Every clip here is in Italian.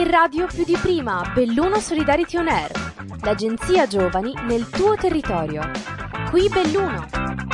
In radio più di prima, Belluno Solidarity On Air, l'agenzia giovani nel tuo territorio. Qui Belluno.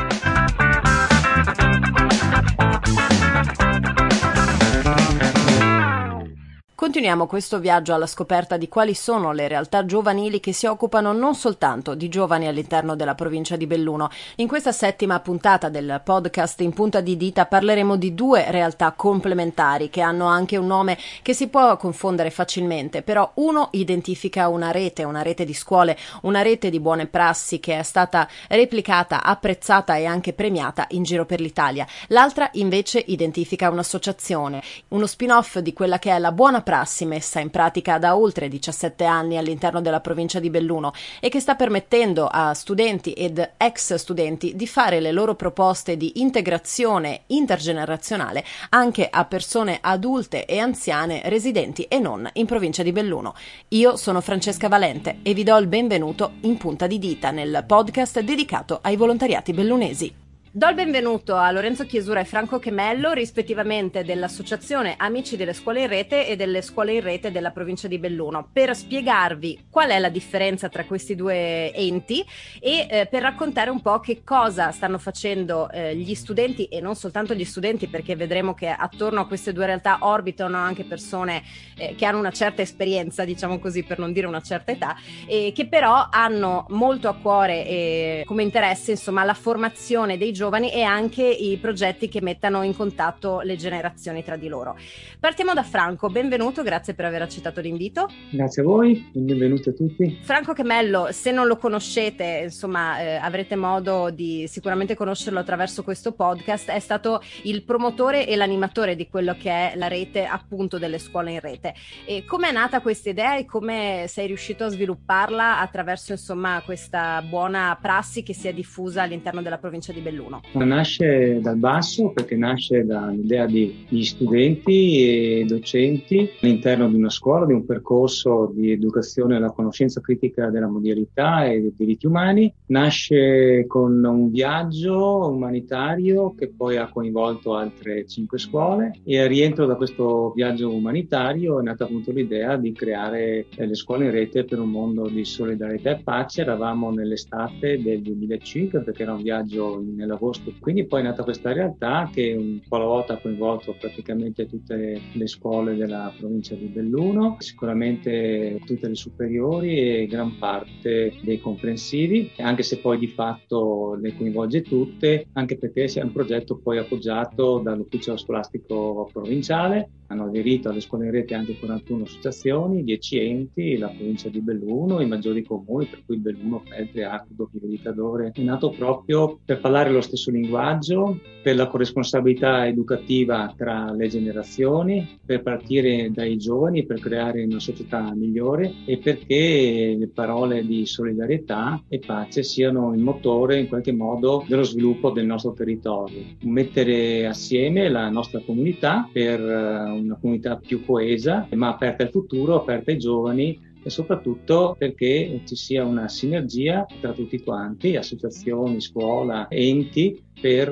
Continuiamo questo viaggio alla scoperta di quali sono le realtà giovanili che si occupano non soltanto di giovani all'interno della provincia di Belluno. In questa settima puntata del podcast In Punta di Dita parleremo di due realtà complementari che hanno anche un nome che si può confondere facilmente, però uno identifica una rete di scuole, una rete di buone prassi che è stata replicata, apprezzata e anche premiata in giro per l'Italia. L'altra invece identifica un'associazione, uno spin-off di quella che è la buona prassi messa in pratica da oltre 17 anni all'interno della provincia di Belluno e che sta permettendo a studenti ed ex studenti di fare le loro proposte di integrazione intergenerazionale anche a persone adulte e anziane residenti e non in provincia di Belluno. Io sono Francesca Valente e vi do il benvenuto in Punta di Dita nel podcast dedicato ai volontariati bellunesi. Do il benvenuto a Lorenzo Chiesura e Franco Chemello, rispettivamente dell'Associazione Amici delle Scuole in Rete e delle Scuole in Rete della provincia di Belluno, per spiegarvi qual è la differenza tra questi due enti e per raccontare un po' che cosa stanno facendo gli studenti e non soltanto gli studenti, perché vedremo che attorno a queste due realtà orbitano anche persone che hanno una certa esperienza, diciamo così, per non dire una certa età, che però hanno molto a cuore come interesse, insomma, la formazione dei giovani e anche i progetti che mettano in contatto le generazioni tra di loro. Partiamo da Franco, benvenuto, grazie per aver accettato l'invito. Grazie a voi, benvenuti a tutti. Franco Chemello, se non lo conoscete, insomma, avrete modo di sicuramente conoscerlo attraverso questo podcast, è stato il promotore e l'animatore di quello che è la rete appunto delle scuole in rete. E come è nata questa idea e come sei riuscito a svilupparla attraverso, insomma, questa buona prassi che si è diffusa all'interno della provincia di Belluno? Nasce dal basso, perché nasce dall'idea di studenti e docenti all'interno di una scuola, di un percorso di educazione alla conoscenza critica della mondialità e dei diritti umani. Nasce con un viaggio umanitario che poi ha coinvolto altre 5 scuole e al rientro da questo viaggio umanitario è nata appunto l'idea di creare le scuole in rete per un mondo di solidarietà e pace. Eravamo nell'estate del 2005 perché era un viaggio nell'agosto, quindi poi è nata questa realtà che un po' alla volta ha coinvolto praticamente tutte le scuole della provincia di Belluno, sicuramente tutte le superiori e gran parte dei comprensivi, anche se poi di fatto le coinvolge tutte, anche perché è un progetto poi appoggiato dall'ufficio scolastico provinciale. Hanno aderito alle scuole in rete anche 41 associazioni, 10 enti, la provincia di Belluno, i maggiori comuni, per cui Belluno, Feltre, Acquito, Piedicadore. È nato proprio per parlare lo stesso linguaggio, per la corresponsabilità educativa tra le generazioni, per partire dai giovani, per creare una società migliore e perché le parole di solidarietà e pace siano il motore in qualche modo dello sviluppo del nostro territorio. Mettere assieme la nostra comunità per una comunità più coesa, ma aperta al futuro, aperta ai giovani, e soprattutto perché ci sia una sinergia tra tutti quanti, associazioni, scuola, enti, per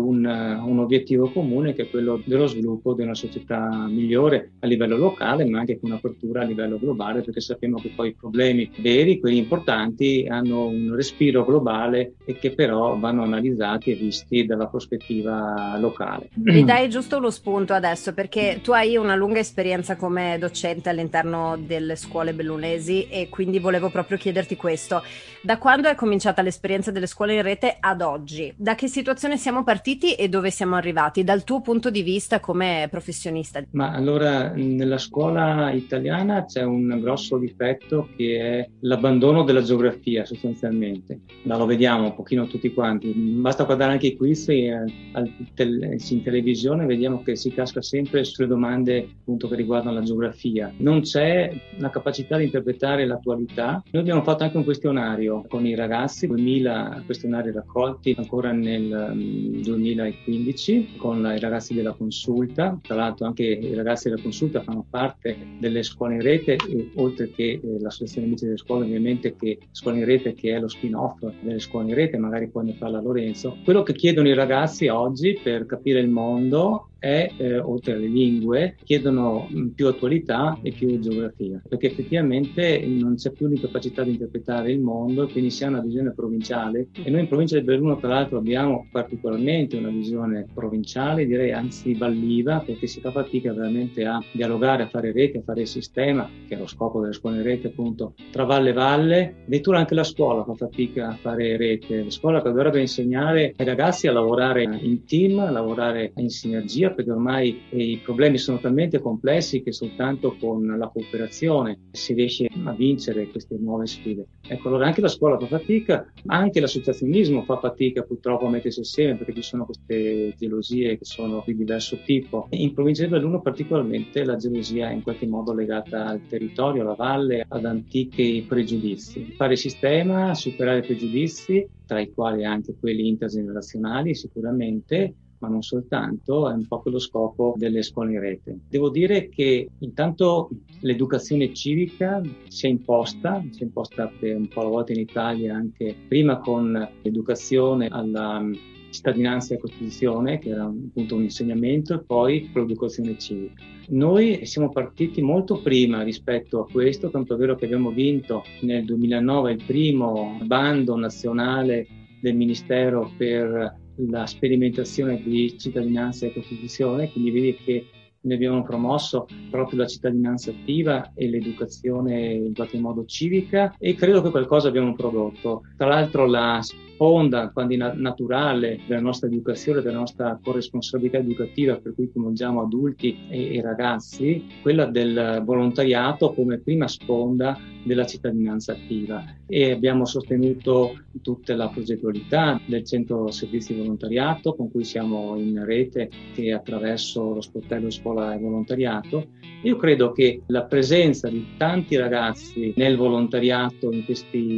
un obiettivo comune che è quello dello sviluppo di una società migliore a livello locale, ma anche con un'apertura a livello globale, perché sappiamo che poi i problemi veri, quelli importanti, hanno un respiro globale e che però vanno analizzati e visti dalla prospettiva locale. Mi dai giusto uno spunto adesso, perché tu hai una lunga esperienza come docente all'interno delle scuole bellunesi e quindi volevo proprio chiederti questo. Da quando è cominciata l'esperienza delle scuole in rete ad oggi? Da che situazione siamo partiti e dove siamo arrivati dal tuo punto di vista come professionista? Ma allora, nella scuola italiana c'è un grosso difetto che è l'abbandono della geografia sostanzialmente. Lo vediamo un pochino tutti quanti, basta guardare anche i quiz in televisione, vediamo che si casca sempre sulle domande appunto che riguardano la geografia. Non c'è la capacità di interpretare l'attualità. Noi abbiamo fatto anche un questionario con i ragazzi, 2000 questionari raccolti ancora nel 2015 con i ragazzi della consulta. Tra l'altro anche i ragazzi della consulta fanno parte delle scuole in rete, oltre che l'associazione amici delle scuole, ovviamente, che scuole in rete, che è lo spin-off delle scuole in rete, magari poi ne parla Lorenzo. Quello che chiedono i ragazzi oggi per capire il mondo è, oltre alle lingue, chiedono più attualità e più geografia, perché effettivamente non c'è più l'incapacità di interpretare il mondo, quindi si ha una visione provinciale, e noi in provincia di Belluno tra l'altro abbiamo particolarmente una visione provinciale, direi anzi valliva, perché si fa fatica veramente a dialogare, a fare rete, a fare il sistema, che è lo scopo delle scuole in rete appunto, tra valle e valle. Addirittura anche la scuola fa fatica a fare rete, la scuola che dovrebbe insegnare ai ragazzi a lavorare in team, a lavorare in sinergia, perché ormai i problemi sono talmente complessi che soltanto con la cooperazione si riesce a vincere queste nuove sfide. Ecco, allora anche la scuola fa fatica, anche l'associazionismo fa fatica purtroppo a mettersi assieme, perché ci sono queste gelosie che sono di diverso tipo. In provincia di Belluno particolarmente la gelosia è in qualche modo legata al territorio, alla valle, ad antichi pregiudizi. Fare sistema, superare i pregiudizi, tra i quali anche quelli intergenerazionali sicuramente, ma non soltanto, è un po' quello scopo delle scuole in rete. Devo dire che intanto l'educazione civica si è imposta per un po' la volta in Italia, anche prima con l'educazione alla cittadinanza e Costituzione, che era appunto un insegnamento, e poi con l'educazione civica. Noi siamo partiti molto prima rispetto a questo, tanto è vero che abbiamo vinto nel 2009 il primo bando nazionale del Ministero per la sperimentazione di cittadinanza e Costituzione, quindi vedi che ne abbiamo promosso proprio la cittadinanza attiva e l'educazione in qualche modo civica, e credo che qualcosa abbiamo prodotto. Tra l'altro la sponda quindi naturale della nostra educazione, della nostra corresponsabilità educativa, per cui coinvolgiamo adulti e ragazzi, quella del volontariato come prima sponda della cittadinanza attiva, e abbiamo sostenuto tutta la progettualità del centro servizi volontariato con cui siamo in rete, che attraverso lo sportello scuola e volontariato. Io credo che la presenza di tanti ragazzi nel volontariato in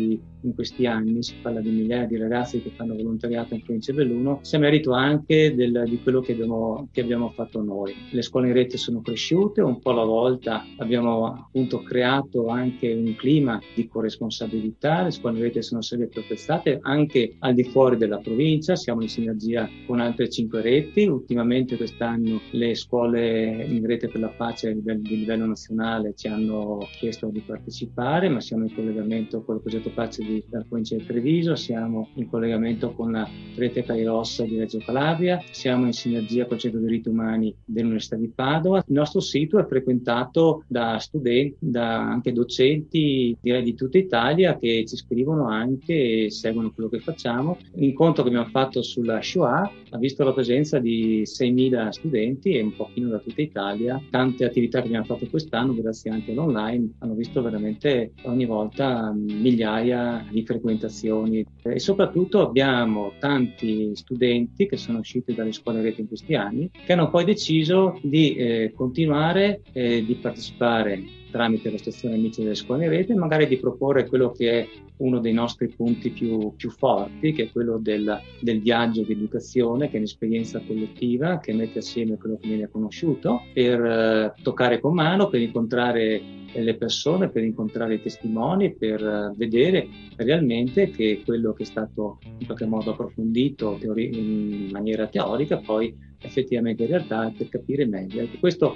questi anni, si parla di migliaia di ragazzi che fanno volontariato in provincia di Belluno, sia merito anche di quello che abbiamo fatto noi. Le scuole in rete sono cresciute, un po' alla volta abbiamo appunto creato anche un clima di corresponsabilità, le scuole in rete sono sempre più apprezzate anche al di fuori della provincia, siamo in sinergia con altre 5 reti, ultimamente quest'anno le scuole in rete per la pace di livello nazionale ci hanno chiesto di partecipare, ma siamo in collegamento con il progetto pace della provincia di Treviso, siamo in collegamento con la rete Kairos di Reggio Calabria, siamo in sinergia con il Centro diritti umani dell'Università di Padova. Il nostro sito è frequentato da studenti, da anche docenti, direi di tutta Italia, che ci scrivono anche e seguono quello che facciamo. L'incontro che abbiamo fatto sulla Shoah ha visto la presenza di 6.000 studenti e un pochino da tutta Italia. Tante attività che abbiamo fatto quest'anno, grazie anche all'online, hanno visto veramente ogni volta migliaia di frequentazioni, e soprattutto abbiamo tanti studenti che sono usciti dalle scuole rete in questi anni, che hanno poi deciso di continuare di partecipare tramite l'associazione Amici delle Scuole in Rete, magari di proporre quello che è uno dei nostri punti più forti, che è quello del viaggio di educazione, che è un'esperienza collettiva che mette assieme quello che viene conosciuto, per toccare con mano, per incontrare le persone, per incontrare i testimoni, per vedere realmente che quello che è stato in qualche modo approfondito in maniera teorica poi effettivamente in realtà, per capire meglio. Questo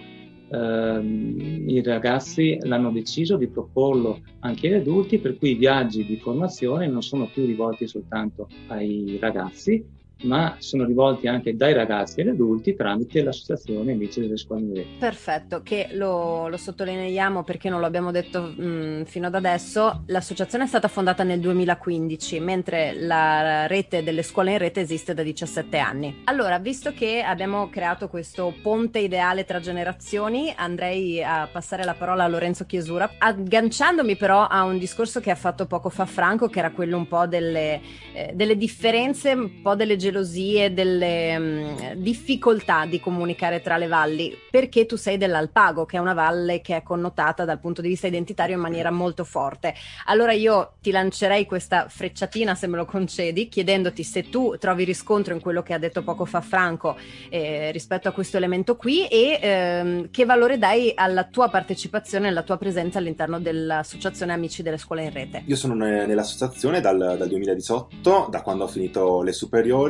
i ragazzi l'hanno deciso di proporlo anche agli adulti, per cui i viaggi di formazione non sono più rivolti soltanto ai ragazzi, ma sono rivolti anche dai ragazzi agli adulti tramite l'associazione Amici delle Scuole in Rete. Perfetto, che lo sottolineiamo perché non lo abbiamo detto fino ad adesso. L'associazione è stata fondata nel 2015, mentre la rete delle scuole in rete esiste da 17 anni. Allora, visto che abbiamo creato questo ponte ideale tra generazioni, andrei a passare la parola a Lorenzo Chiesura, agganciandomi però a un discorso che ha fatto poco fa Franco, che era quello un po' delle differenze, un po' delle gelosie, delle difficoltà di comunicare tra le valli, perché tu sei dell'Alpago, che è una valle che è connotata dal punto di vista identitario in maniera molto forte. Allora io ti lancerei questa frecciatina, se me lo concedi, chiedendoti se tu trovi riscontro in quello che ha detto poco fa Franco rispetto a questo elemento qui, e che valore dai alla tua partecipazione, alla tua presenza all'interno dell'associazione Amici delle Scuole in Rete. Io sono nell'associazione dal 2018, da quando ho finito le superiori,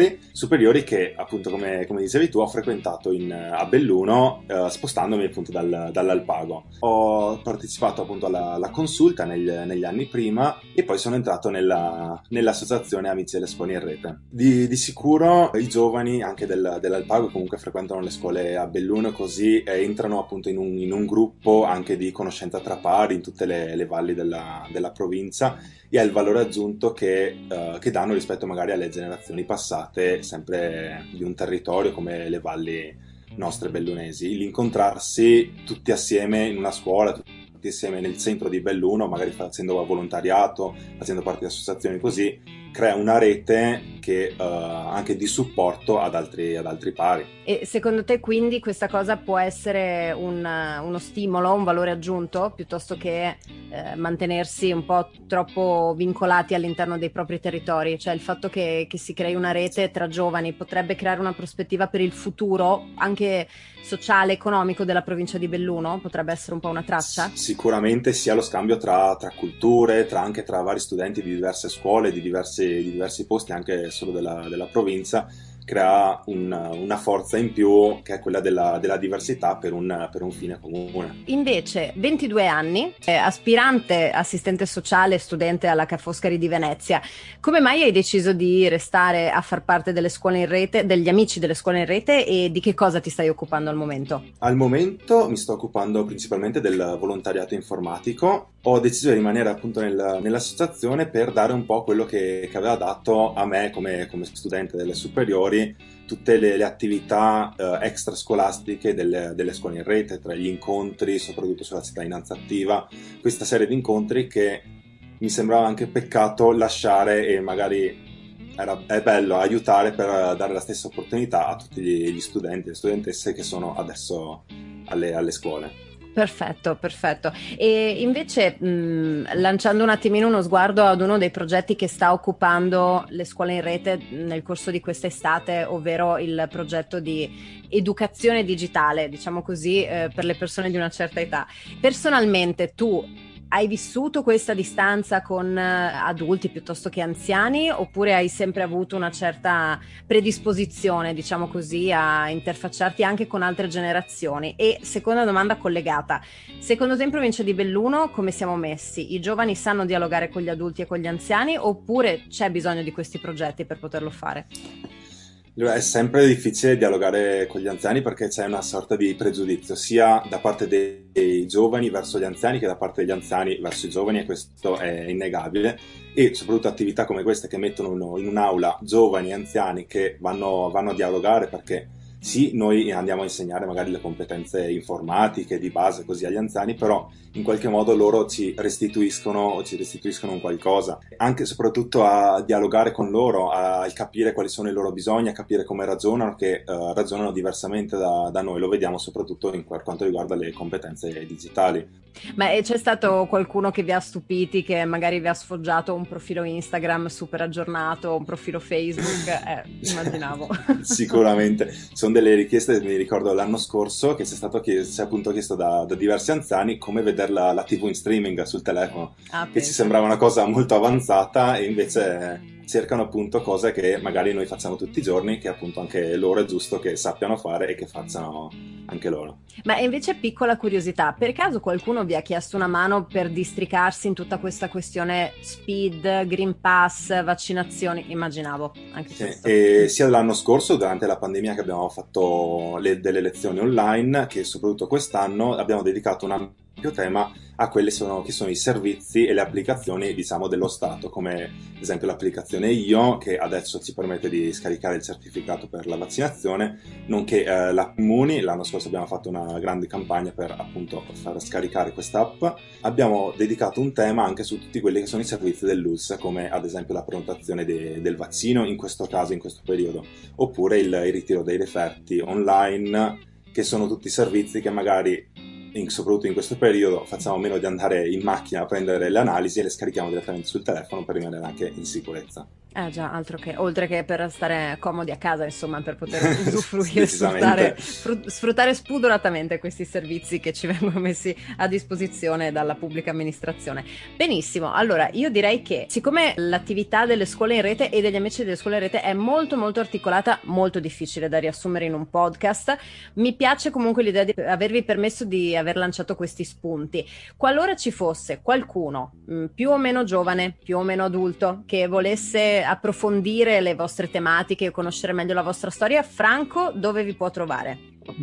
superiori che appunto come dicevi tu ho frequentato a Belluno, spostandomi appunto dall'Alpago. Ho partecipato appunto alla consulta negli anni prima e poi sono entrato nell'associazione Amici delle Scuole in Rete. Di sicuro i giovani anche dell'Alpago comunque frequentano le scuole a Belluno, così entrano appunto in un gruppo anche di conoscenza tra pari in tutte le valli della provincia, e ha il valore aggiunto che danno rispetto magari alle generazioni passate sempre di un territorio come le valli nostre bellunesi. L'incontrarsi tutti assieme in una scuola, tutti assieme nel centro di Belluno, magari facendo volontariato, facendo parte di associazioni così, crea una rete che anche di supporto ad altri pari. E secondo te quindi questa cosa può essere uno stimolo, un valore aggiunto, piuttosto che mantenersi un po' troppo vincolati all'interno dei propri territori? Cioè il fatto che si crei una rete tra giovani potrebbe creare una prospettiva per il futuro, anche sociale, economico della provincia di Belluno? Potrebbe essere un po' una traccia? Sicuramente sia lo scambio tra culture, anche tra vari studenti di diverse scuole, di diversi posti, anche solo della provincia, crea una forza in più che è quella della diversità per un fine comune. Invece, 22 anni, aspirante assistente sociale, studente alla Ca' Foscari di Venezia. Come mai hai deciso di restare a far parte delle scuole in rete, degli amici delle scuole in rete, e di che cosa ti stai occupando al momento? Al momento mi sto occupando principalmente del volontariato informatico. Ho deciso di rimanere appunto nell'associazione per dare un po' quello che aveva dato a me come studente delle superiori, tutte le attività extrascolastiche delle scuole in rete, tra gli incontri, soprattutto sulla cittadinanza attiva, questa serie di incontri che mi sembrava anche peccato lasciare, e magari è bello aiutare per dare la stessa opportunità a tutti gli studenti e le studentesse che sono adesso alle scuole. Perfetto. E invece lanciando un attimino uno sguardo ad uno dei progetti che sta occupando le scuole in rete nel corso di quest'estate, ovvero il progetto di educazione digitale, diciamo così, per le persone di una certa età. Personalmente tu hai vissuto questa distanza con adulti piuttosto che anziani, oppure hai sempre avuto una certa predisposizione, diciamo così, a interfacciarti anche con altre generazioni? E seconda domanda collegata, secondo te in provincia di Belluno come siamo messi? I giovani sanno dialogare con gli adulti e con gli anziani, oppure c'è bisogno di questi progetti per poterlo fare? È sempre difficile dialogare con gli anziani perché c'è una sorta di pregiudizio sia da parte dei giovani verso gli anziani che da parte degli anziani verso i giovani, e questo è innegabile. E soprattutto attività come queste che mettono in un'aula giovani e anziani che vanno a dialogare, perché sì, noi andiamo a insegnare magari le competenze informatiche di base così agli anziani, però in qualche modo loro ci restituiscono un qualcosa, anche e soprattutto a dialogare con loro, a capire quali sono i loro bisogni, a capire come ragionano, che ragionano diversamente da noi. Lo vediamo soprattutto per quanto riguarda le competenze digitali. Ma c'è stato qualcuno che vi ha stupiti, che magari vi ha sfoggiato un profilo Instagram super aggiornato, un profilo Facebook? Immaginavo. Sicuramente. Sono delle richieste, mi ricordo l'anno scorso, che si è appunto chiesto da diversi anziani come vedere la TV in streaming sul telefono, che ci sembrava una cosa molto avanzata, e invece cercano appunto cose che magari noi facciamo tutti i giorni, che appunto anche loro è giusto che sappiano fare e che facciano anche loro. Ma invece, piccola curiosità, per caso qualcuno vi ha chiesto una mano per districarsi in tutta questa questione speed, Green Pass, vaccinazioni? Immaginavo anche questo. E sia l'anno scorso, durante la pandemia, che abbiamo fatto delle lezioni online, che soprattutto quest'anno abbiamo dedicato un ampio tema a quelli che sono i servizi e le applicazioni, diciamo, dello Stato, come ad esempio l'applicazione IO, che adesso ci permette di scaricare il certificato per la vaccinazione, nonché l'app Immuni. L'anno scorso abbiamo fatto una grande campagna per appunto far scaricare quest'app. Abbiamo dedicato un tema anche su tutti quelli che sono i servizi dell'ULSS, come ad esempio la prenotazione del vaccino, in questo caso, in questo periodo, oppure il ritiro dei referti online, che sono tutti servizi che magari soprattutto in questo periodo facciamo meno di andare in macchina a prendere le analisi e le scarichiamo direttamente sul telefono per rimanere anche in sicurezza. Già, altro che, oltre che per stare comodi a casa, insomma, per poter usufruire, sfruttare spudoratamente questi servizi che ci vengono messi a disposizione dalla pubblica amministrazione. Benissimo, allora io direi che siccome l'attività delle scuole in rete e degli amici delle scuole in rete è molto molto articolata, molto difficile da riassumere in un podcast, mi piace comunque l'idea di avervi permesso di aver lanciato questi spunti. Qualora ci fosse qualcuno più o meno giovane, più o meno adulto, che volesse approfondire le vostre tematiche e conoscere meglio la vostra storia, Franco, dove vi può trovare?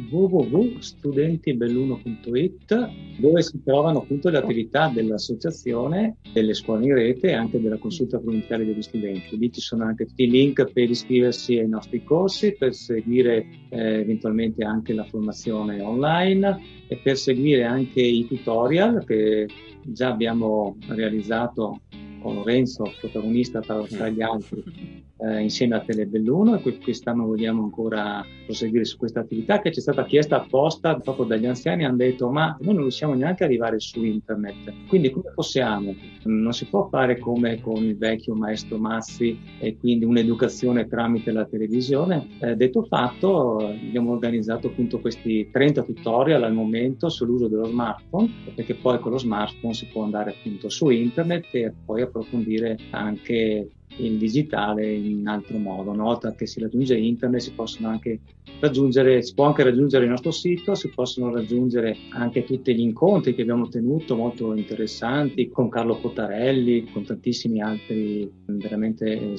www.studentibelluno.it, dove si trovano appunto le attività dell'associazione, delle scuole in rete e anche della consulta provinciale degli studenti. Lì ci sono anche tutti i link per iscriversi ai nostri corsi, per seguire eventualmente anche la formazione online e per seguire anche i tutorial che già abbiamo realizzato con Lorenzo, protagonista tra gli altri, insieme a Telebelluno, e quest'anno vogliamo ancora proseguire su questa attività che ci è stata chiesta apposta proprio dagli anziani. Hanno detto: ma noi non riusciamo neanche ad arrivare su internet, quindi come possiamo? Non si può fare come con il vecchio maestro Massi e quindi un'educazione tramite la televisione. Detto fatto, abbiamo organizzato appunto questi 30 tutorial al momento sull'uso dello smartphone, perché poi con lo smartphone si può andare appunto su internet e poi approfondire anche il digitale in altro modo. Una volta che si raggiunge internet si può anche raggiungere il nostro sito, si possono raggiungere anche tutti gli incontri che abbiamo tenuto, molto interessanti, con Carlo Cottarelli, con tantissimi altri veramente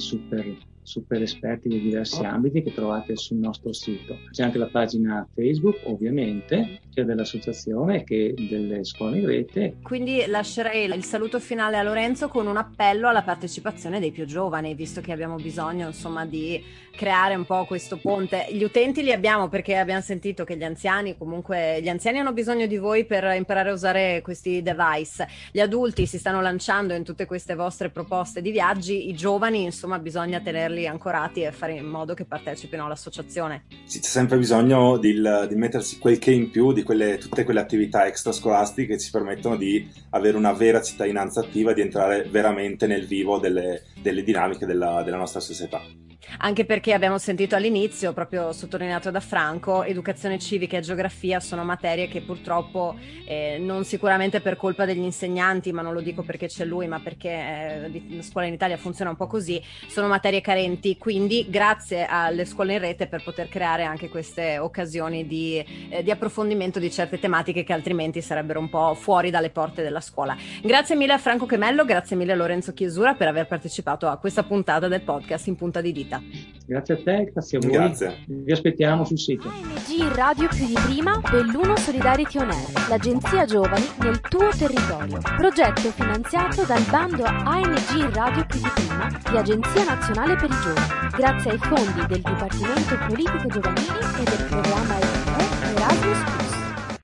super esperti di diversi ambiti che trovate sul nostro sito. C'è anche la pagina Facebook, ovviamente, sia dell'associazione che delle scuole in rete. Quindi lascerei il saluto finale a Lorenzo con un appello alla partecipazione dei più giovani, visto che abbiamo bisogno, insomma, di creare un po' questo ponte. Gli utenti li abbiamo perché abbiamo sentito che gli anziani hanno bisogno di voi per imparare a usare questi device. Gli adulti si stanno lanciando in tutte queste vostre proposte di viaggi, i giovani, insomma, bisogna tenerli ancorati e fare in modo che partecipino all'associazione. Sì, c'è sempre bisogno di mettersi quel che in più di tutte quelle attività extrascolastiche che ci permettono di avere una vera cittadinanza attiva e di entrare veramente nel vivo delle dinamiche della nostra società. Anche perché abbiamo sentito all'inizio, proprio sottolineato da Franco, educazione civica e geografia sono materie che purtroppo non sicuramente per colpa degli insegnanti, ma non lo dico perché c'è lui, ma perché la scuola in Italia funziona un po' così, sono materie carenti, quindi grazie alle scuole in rete per poter creare anche queste occasioni di approfondimento di certe tematiche che altrimenti sarebbero un po' fuori dalle porte della scuola. Grazie mille a Franco Chemello, grazie mille a Lorenzo Chiesura per aver partecipato a questa puntata del podcast In Punta di Dita. Grazie a te, grazie a voi. Grazie. Vi aspettiamo sul sito. ANG Radio Più di Prima, Belluno Solidarity On Air, l'agenzia giovani nel tuo territorio. Progetto finanziato dal bando ANG Radio Più di Prima di Agenzia Nazionale per i Giovani, grazie ai fondi del Dipartimento Politico Giovanili e del programma